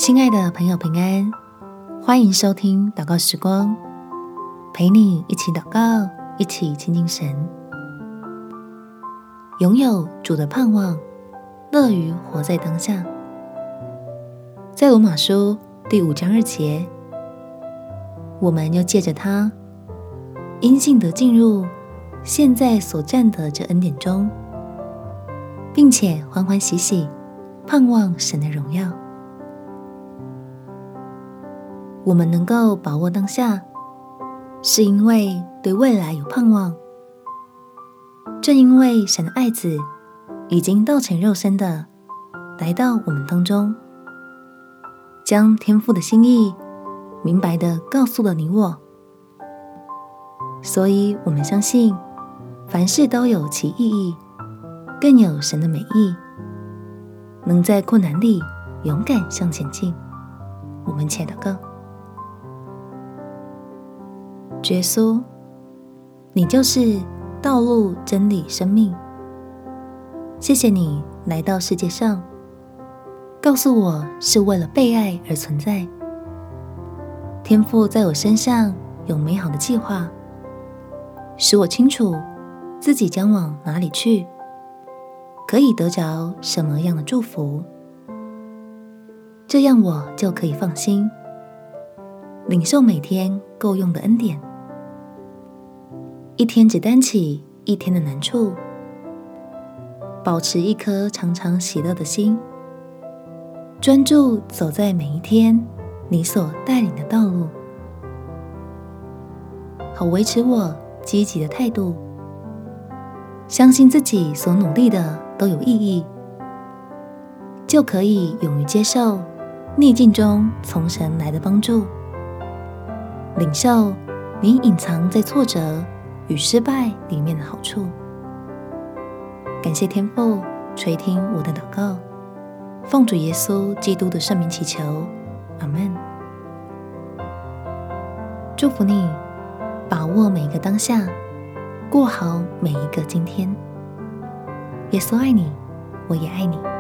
亲爱的朋友平安，欢迎收听祷告时光，陪你一起祷告，一起亲近神。拥有主的盼望，乐于活在当下。在罗马书第5章2节，我们又借着他因信得进入现在所站的这恩典中，并且欢欢喜喜盼望神的荣耀。我们能够把握当下，是因为对未来有盼望。正因为神的爱子已经道成肉身的来到我们当中，将天父的心意明白地告诉了你我，所以我们相信凡事都有其意义，更有神的美意，能在困难里勇敢向前进。我们且祷告。主耶稣，你就是道路、真理、生命。谢谢你来到世界上，告诉我是为了被爱而存在。天父在我身上有美好的计划，使我清楚自己将往哪里去，可以得着什么样的祝福，这样我就可以放心，领受每天够用的恩典。一天只担起一天的难处，保持一颗常常喜乐的心，专注走在每一天你所带领的道路，好维持我积极的态度，相信自己所努力的都有意义，就可以勇于接受逆境中从神来的帮助，领受你隐藏在挫折与失败里面的好处。感谢天父垂听我的祷告，奉主耶稣基督的圣名祈求，阿们。祝福你，把握每一个当下，过好每一个今天。耶稣爱你，我也爱你。